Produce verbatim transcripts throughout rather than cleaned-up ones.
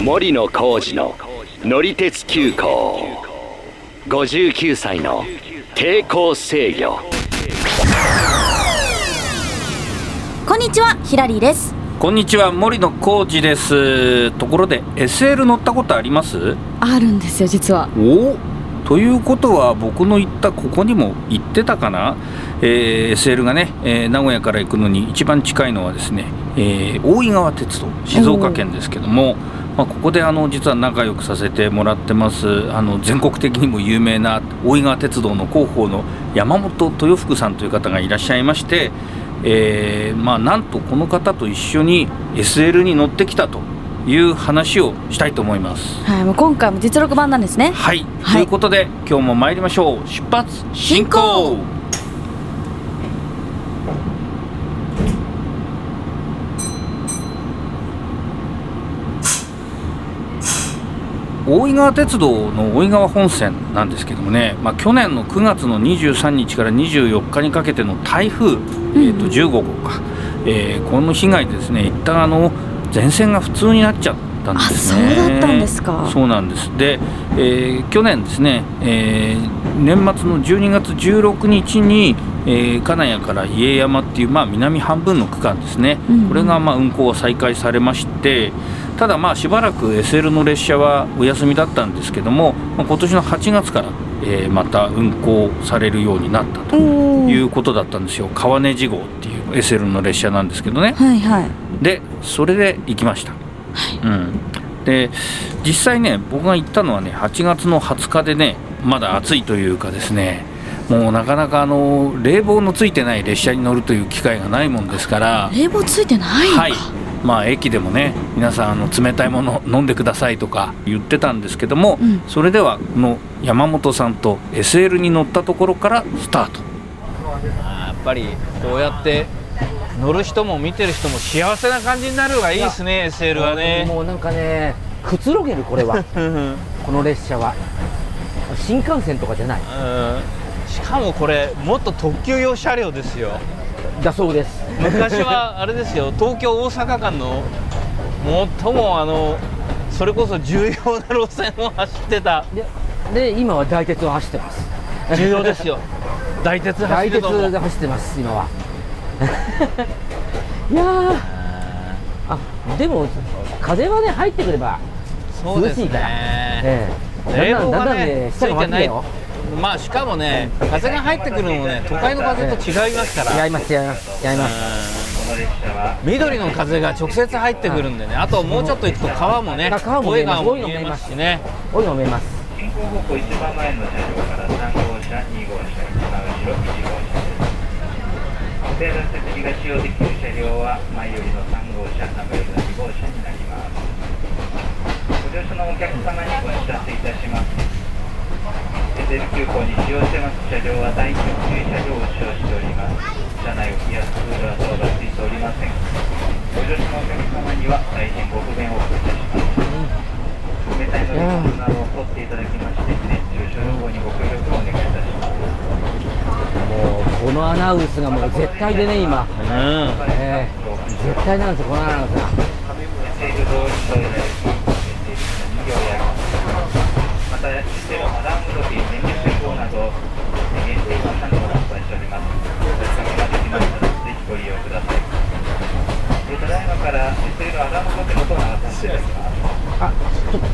森野浩二の乗り鉄急行。ごじゅうきゅうさいの抵抗制御。 こんにちは、ヒラリーです。 こんにちは、森野浩二です。ところで エスエル 乗ったことあります？ あるんですよ、実は。 おということは僕の行ったここにも行ってたかな。えー、エスエル がね、えー、名古屋から行くのに一番近いのはですね、えー、大井川鉄道、静岡県ですけども、まあ、ここであの実は仲良くさせてもらってます。あの全国的にも有名な大井川鉄道の広報の山本豊福さんという方がいらっしゃいまして、えーまあ、なんとこの方と一緒に エスエル に乗ってきたという話をしたいと思います。 はい、もう今回も実録版なんですね。 はい、 はい、 ということで今日も参りましょう。出発進行。大井川鉄道の大井川本線なんですけどもね、まあ、去年のくがつのにじゅうさんにちからにじゅうよっかにかけての台風、うんえー、とじゅうごごうか、えー、この被害でですね、一旦あの全線が普通になっちゃったんですね。 あ、そうだったんですか。 そうなんです。で、えー、去年ですね、えー、年末のじゅうにがつじゅうろくにちに、えー、金谷から家山っていう、まあ、南半分の区間ですね、うんうん、これがまあ運行が再開されまして、ただまあしばらく エスエル の列車はお休みだったんですけども、まあ、今年のはちがつから、えー、また運行されるようになったということだったんですよ。川根路号っていう エスエル の列車なんですけどね、 はいはい、 でそれで行きました、はいうん、で実際ね、僕が行ったのはねはちがつのはつかでね、まだ暑いというかですね、もうなかなかあの冷房のついてない列車に乗るという機会がないもんですから。 冷房ついてないのか。 はい、まあ、駅でもね、皆さんあの冷たいもの飲んでくださいとか言ってたんですけども、うん、それではこの山本さんと エスエル に乗ったところからスタート。 あ、やっぱりこうやって乗る人も見てる人も幸せな感じになるのがいいですね。 エスエル はね、 もうなんかね、くつろげる。これはこの列車は新幹線とかじゃない。 うん、しかもこれ元特急用車両ですよ。 だそうです。 昔はあれですよ、東京大阪間の最もあのそれこそ重要な路線を走ってた。 で, で今は大鉄を走ってます。 重要ですよ。大鉄走ってると思う。 大鉄で走ってます今は。いやー、あ、でも風はね入ってくれば涼しいから。ええ、 冷房がねついてない。 よ。 まあしかもね、風が入ってくるのもね、都会の風と違いますから。 違います違います違います。 緑の風が直接入ってくるんでね。あともうちょっと行くと川もね、 川も見えますしね。 多いの見えます。 進行方向一番前の車両からさんごうしゃ、にごうしゃ、一番後ろいちごうしゃです。固定座席が使用できる車両は前よりのさんごうしゃ、後よりのにごうしゃになります。ご乗車のお客様にお知らせいたします。エスエル 急行に使用しています車両は第一級車両を使用しております。車内を冷やすクーラー等がついておりません。ご乗車のお客様には大変ご不便をおかけいたします。冷たい飲み物などを取っていただきまして、熱中症予防にご協力をお願いいたします。 もうこのアナウンスがもう絶対でね今、うんえー、絶対なんですよこのアナウンスが。 また、エスエルアラームロビー、電源信号など限定の車両を発売しております。お出かけができましたらぜひご利用ください。ただいまから エスエル アラームロビーの音を流させていただきます。 あ、ちょっと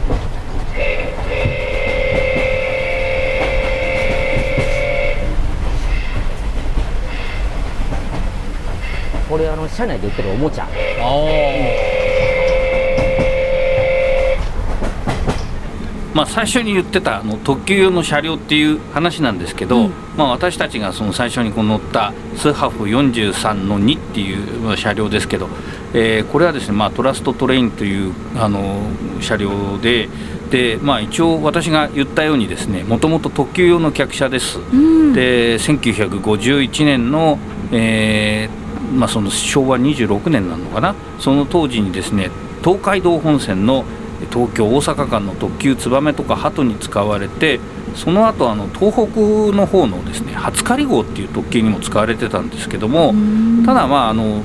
これあの車内で売ってるおもちゃ。あまあ、最初に言ってたあの特急用の車両っていう話なんですけど、うんまあ、私たちがその最初にこう乗ったスハフよんじゅうさんのにっていう車両ですけど、えー、これはですね、まあ、トラストトレインというあの車両で、で、まあ、一応私が言ったようにですね、もともと特急用の客車です、うん、でせんきゅうひゃくごじゅういちねんの、えーまあ、そのしょうわにじゅうろくねんなのかな、その当時にですね、東海道本線の東京大阪間の特急つばめとか鳩に使われて、その後あの東北の方のですね、初刈号っていう特急にも使われてたんですけども、ただまああの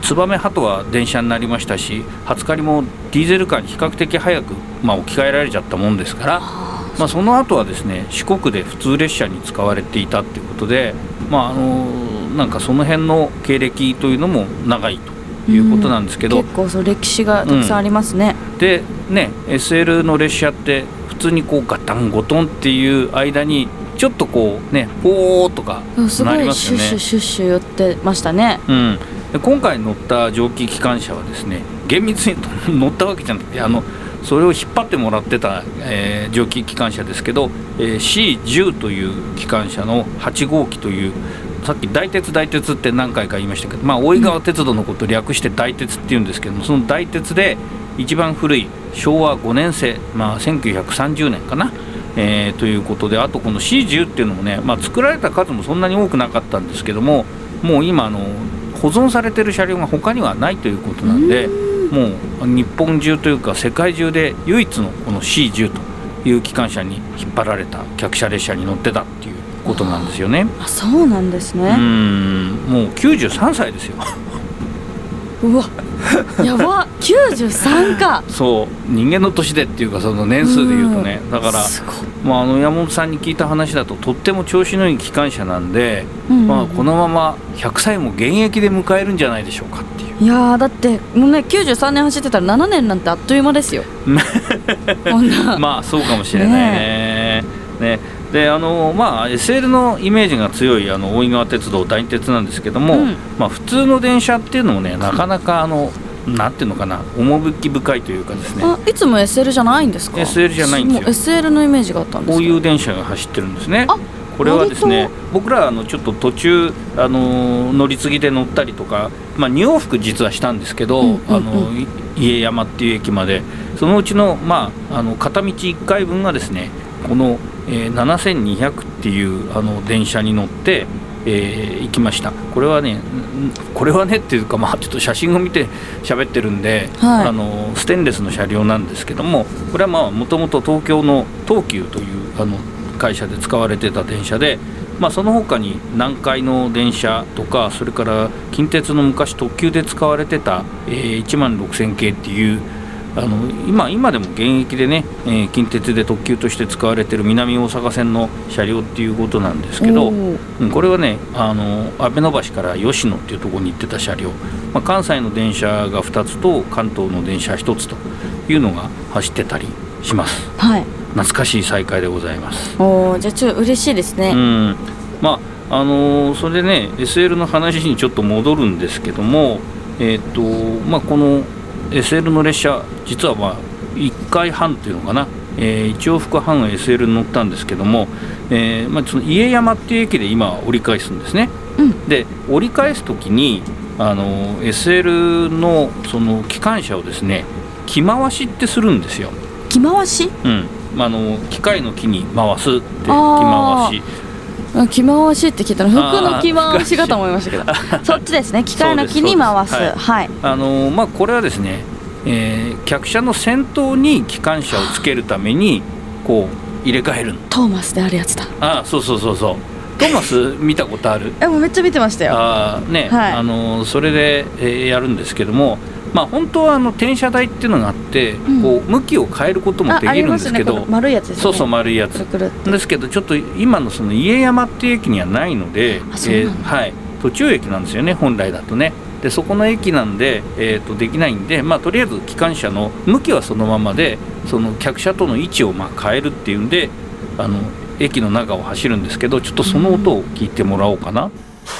燕鳩は電車になりましたし、初刈りもディーゼルカーに比較的早く、まあ、置き換えられちゃったもんですから、まあ、その後はですね四国で普通列車に使われていたということで、まあ、あのなんかその辺の経歴というのも長いということなんですけど、 うん、結構そう歴史がたくさんありますね、 うん、でね エスエル の列車って普通にこうガタンゴトンっていう間にちょっとこうねポーとかなりますよね。 すごいシュッシュシュッシュ寄ってましたね、 うん、で今回乗った蒸気機関車はですね厳密に乗ったわけじゃなくて、あのそれを引っ張ってもらってた、えー、蒸気機関車ですけど、えー、シーじゅう という機関車のはち号機という、さっき大鉄大鉄って何回か言いましたけど、まあ、大井川鉄道のことを略して大鉄っていうんですけども、その大鉄で一番古いしょうわごねん製、まあ、せんきゅうひゃくさんじゅうねんかな、えー、ということで、あとこの シーじゅう っていうのもね、まあ、作られた数もそんなに多くなかったんですけども、もう今あの保存されている車両が他にはないということなんで、もう日本中というか世界中で唯一のこの シーじゅう という機関車に引っ張られた客車列車に乗ってたっていうことなんですよね。 あ、そうなんですね。 うーん、もうきゅうじゅうさんさいですよ。 うわやばきゅうじゅうさんか。 そう人間の年でっていうかその年数でいうとね、だから、まあ、あの山本さんに聞いた話だととっても調子のいい機関車なんで、うんうんうん、まあ、このままひゃくさいも現役で迎えるんじゃないでしょうかっていう。 いやだってもうねきゅうじゅうさんねん走ってたらななねんなんてあっという間ですよまあそうかもしれないね。ねであのまあ、エスエル のイメージが強いあの大井川鉄道大鉄なんですけども、うん、まあ、普通の電車っていうのもねなかなかあのなんていうのかな、趣深いというかですね。 あ、いつも エスエル じゃないんですか。 エスエル じゃないんですよ。 もう エスエル のイメージがあったんですか。 こういう電車が走ってるんですね。これはですね、僕らあのちょっと途中あの乗り継ぎで乗ったりとか、まあ、に往復実はしたんですけど、うんうんうん、あの家山っていう駅まで、そのうちの、まあ、あの片道いっかいぶんがですねこの、えー、ななせんにひゃくっていうあの電車に乗って、えー、行きました。これはねこれはねっていうか、まあ、ちょっと写真を見て喋ってるんで、はい、あのステンレスの車両なんですけども、これはまあもともと東京の東急というあの会社で使われてた電車で、まあ、その他に南海の電車とか、それから近鉄の昔特急で使われてた、えー、いちまんろくせん系っていうあの 今, 今でも現役でね、えー、近鉄で特急として使われてる南大阪線の車両っていうことなんですけど、うん、これはねあの阿部野橋から吉野っていうところに行ってた車両、まあ、関西の電車がふたつと関東の電車ひとつというのが走ってたりします。 はい、 懐かしい再会でございます。 おー、じゃあちょっと嬉しいですね。 うん、まああのー、それでね エスエル の話にちょっと戻るんですけども、えーとまあ、この エスエル の列車実はまあいっかいはんっていうのかな、えー、いち往復半 エスエル に乗ったんですけども、えーまあ、その家山っていう駅で今折り返すんですね、うん、で折り返す時にあの エスエル のその機関車をですね木回しってするんですよ。 木回し、 うん、まあ、あの機械の木に回すって木回し、 木回しって聞いたら服の木回しかと思いましたけどそっちですね、機械の木に回す。はい、はい、あのまあ、これはですね、えー、客車の先頭に機関車をつけるためにこう入れ替えるの。 トーマスであるやつだ。 ああ、そうそうそうそう、トーマス見たことある？ え、もうめっちゃ見てましたよ。 あ、ね、はい、あのそれで、えー、やるんですけども、まあ、本当はあの転車台っていうのがあって、うん、こう向きを変えることもできるんですけど、 ね、丸いやつですね。 そうそう、丸いやつくるくるですけど、ちょっと今のその家山っていう駅にはないので、えーはい、途中駅なんですよね本来だとね。でそこの駅なんで、えー、とできないんで、まあ、とりあえず機関車の向きはそのままで、その客車との位置をまあ変えるっていうんで、あの駅の中を走るんですけど、ちょっとその音を聞いてもらおうかな。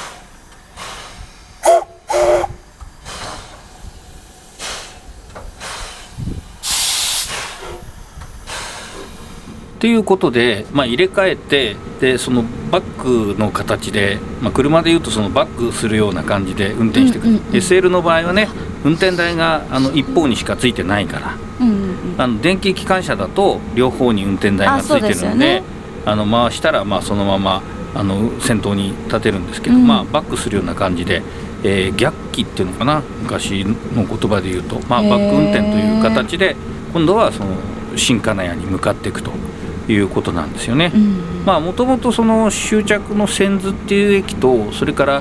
ということで、まあ、入れ替えて、でそのバックの形で、まあ、車でいうとそのバックするような感じで運転してくる、うんうんうん、エスエル の場合はね運転台があの一方にしかついてないから、うんうんうん、あの電気機関車だと両方に運転台がついてるの で, あ、ね、あの回したらまあそのままあの先頭に立てるんですけど、うん、まあ、バックするような感じで、えー、逆機っていうのかな、昔の言葉で言うと、まあ、バック運転という形で今度はその新金谷に向かっていくということなんですよね。もともとその終着の千頭っていう駅と、それから、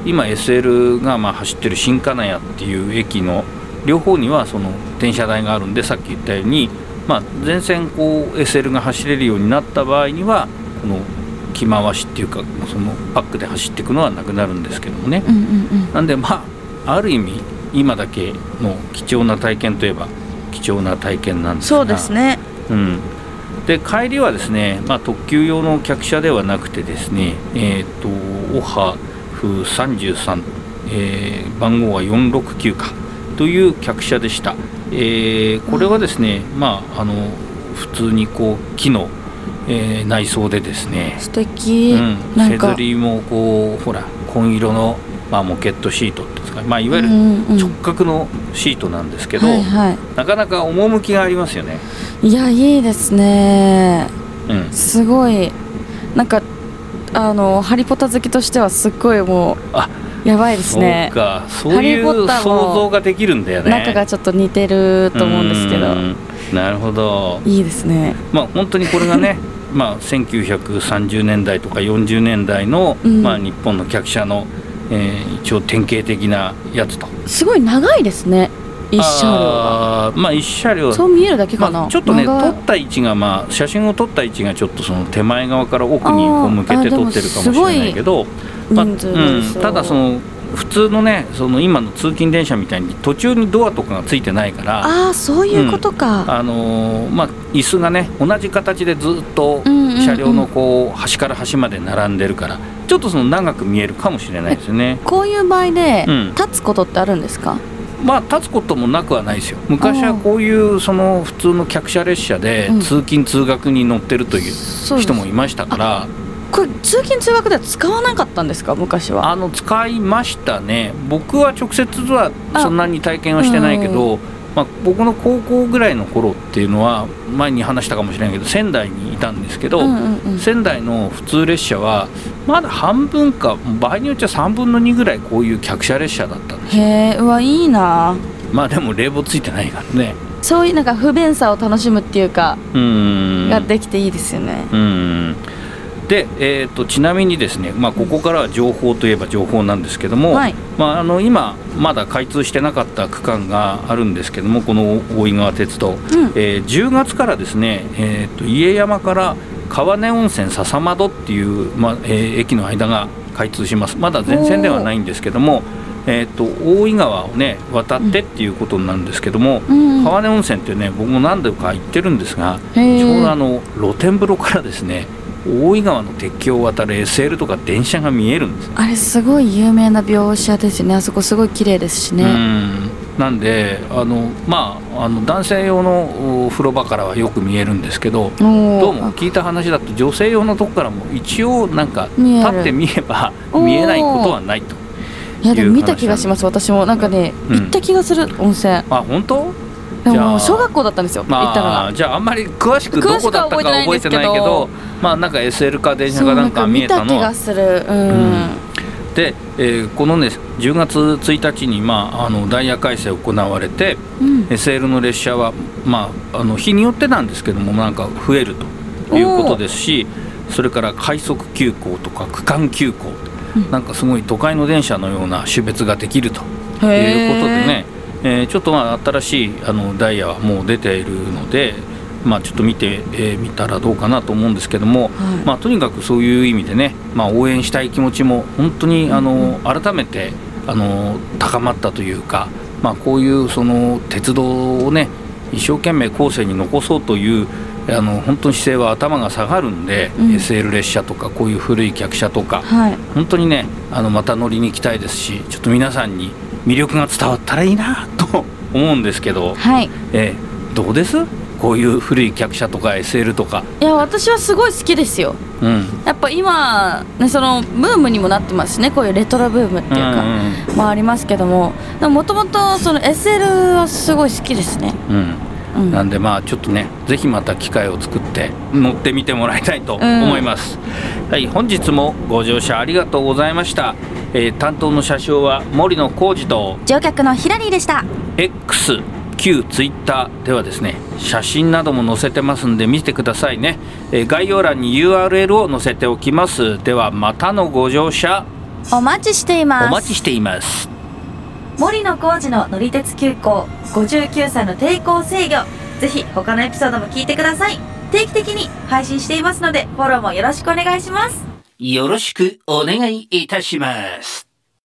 今 エスエル がまあ走ってる新金谷っていう駅の両方にはその転車台があるんで、さっき言ったように、まあ、全線こう エスエル が走れるようになった場合にはこの着回しっていうかそのパックで走っていくのはなくなるんですけどもね、 うんうんうん、 なんでまあある意味今だけの貴重な体験といえば貴重な体験なんですが、 そうですね、 うん、で帰りはですね、まあ、特急用の客車ではなくてですね、えー、とオハフさんじゅうさん、えー、番号はよんろくきゅうかという客車でした。えー、これはですね、まあ、あの普通にこう木の、えー、内装でですね、 素敵、 うん、 なんかせずりもこうほら紺色の、まあ、モケットシートっていうんですか、まあ、いわゆる直角のシートなんですけど、 うんうんはいはい、 なかなか趣がありますよね。 いやいいですね、 うん、 すごいなんかあのハリポタ好きとしてはすっごいもうあやばいですね。 そうか、そういう想像ができるんだよね。 中がちょっと似てると思うんですけど、 なるほど、 いいですね。 まあ本当にこれがねまあせんきゅうひゃくさんじゅうねんだいとかよんじゅうねんだいの、うんまあ、日本の客車の、えー、一応典型的なやつと。 すごい長いですね、一車両あまあ一車両そう見えるだけかな、 まあ、ちょっとね撮った位置が、まあ、写真を撮った位置がちょっとその手前側から奥にこう向けて撮ってるかもしれないけど、まあうん、ただその普通のねその今の通勤電車みたいに途中にドアとかがついてないから、 ああそういうことか、 うん、あのー、まあ椅子がね同じ形でずっと車両のこう端から端まで並んでるからちょっとその長く見えるかもしれないですね。 こういう場合で、 うん、 立つことってあるんですか？ まあ立つこともなくはないですよ。昔はこういうその普通の客車列車で通勤通学に乗ってるという人もいましたから、うん、 これ通勤通学では使わなかったんですか？昔は。 あの使いましたね。僕は直接はそんなに体験はしてないけど、まあ、僕の高校ぐらいの頃っていうのは前に話したかもしれないけど仙台にいたんですけど、うんうんうん、仙台の普通列車はまだ半分か場合によっちゃさんぶんのにぐらいこういう客車列車だったんですよ。 へー、うわいいな。 まあでも冷房ついてないからね。 そういうなんか不便さを楽しむっていうかうーんができていいですよね。 うーんで、えー、とちなみにですね、まあ、ここからは情報といえば情報なんですけども、はいまあ、あの今まだ開通してなかった区間があるんですけども、この大井川鉄道、うんえー、じゅうがつからですね、えー、と家山から川根温泉笹窓っていう、まあえー、駅の間が開通します。まだ全線ではないんですけども、えー、と大井川をね渡ってっていうことなんですけども、うん、川根温泉ってね僕も何度か行ってるんですが、ちょうどあの露天風呂からですね大井川の鉄橋を渡る エスエル とか電車が見えるんです。 あれすごい有名な描写ですよね。あそこすごい綺麗ですしね。 うんなんであの、まあ、あの男性用の風呂場からはよく見えるんですけど、どうも聞いた話だと女性用のとこからも一応なんか立って見れば見えないことはないと。 いやでも見た気がします。私もなんかね、うん、行った気がする温泉。 あ本当？ でも小学校だったんですよ、まあ、行ったのが。 じゃああんまり詳しくどこだったか覚えてないけど、まあなんか エスエル か電車かなんか見えたの。 見た気がする。うん。 うんで、えー、このねじゅうがつついたちに、まあ、あのダイヤ改正行われて、うん、エスエル の列車は、まあ、あの日によってなんですけどもなんか増えるということですし、それから快速急行とか区間急行、うん、なんかすごい都会の電車のような種別ができるということでね、えー、ちょっとまあ新しいあのダイヤはもう出ているので、まあ、ちょっと見てみ、えー、たらどうかなと思うんですけども、はいまあ、とにかくそういう意味でね、まあ、応援したい気持ちも本当にあの改めてあの高まったというか、まあ、こういうその鉄道をね一生懸命後世に残そうというあの本当に姿勢は頭が下がるんで、うん、エスエル 列車とかこういう古い客車とか、はい、本当にねあのまた乗りに行きたいですし、ちょっと皆さんに魅力が伝わったらいいなと思うんですけど、 はいえー、どうですこういう古い客車とか エスエル とか。 いや私はすごい好きですよ、うん、やっぱ今、ね、そのブームにもなってますしね、こういうレトロブームっていうか、うんうん、もありますけども、もともとその エスエル はすごい好きですね、 うんうん、なんでまあちょっとねぜひまた機会を作って乗ってみてもらいたいと思います、うん、はい、本日もご乗車ありがとうございました、えー、担当の車掌は森野浩二と乗客のヒラリーでした。 X旧ツイッターではですね写真なども載せてますんで見てくださいね、えー、概要欄に ユーアールエル を載せておきます。ではまたのご乗車お待ちしています。 お待ちしています。 森野浩二の乗り鉄急行、ごじゅうきゅうさいの抵抗制御、ぜひ他のエピソードも聞いてください。定期的に配信していますのでフォローもよろしくお願いします。 よろしくお願いいたします。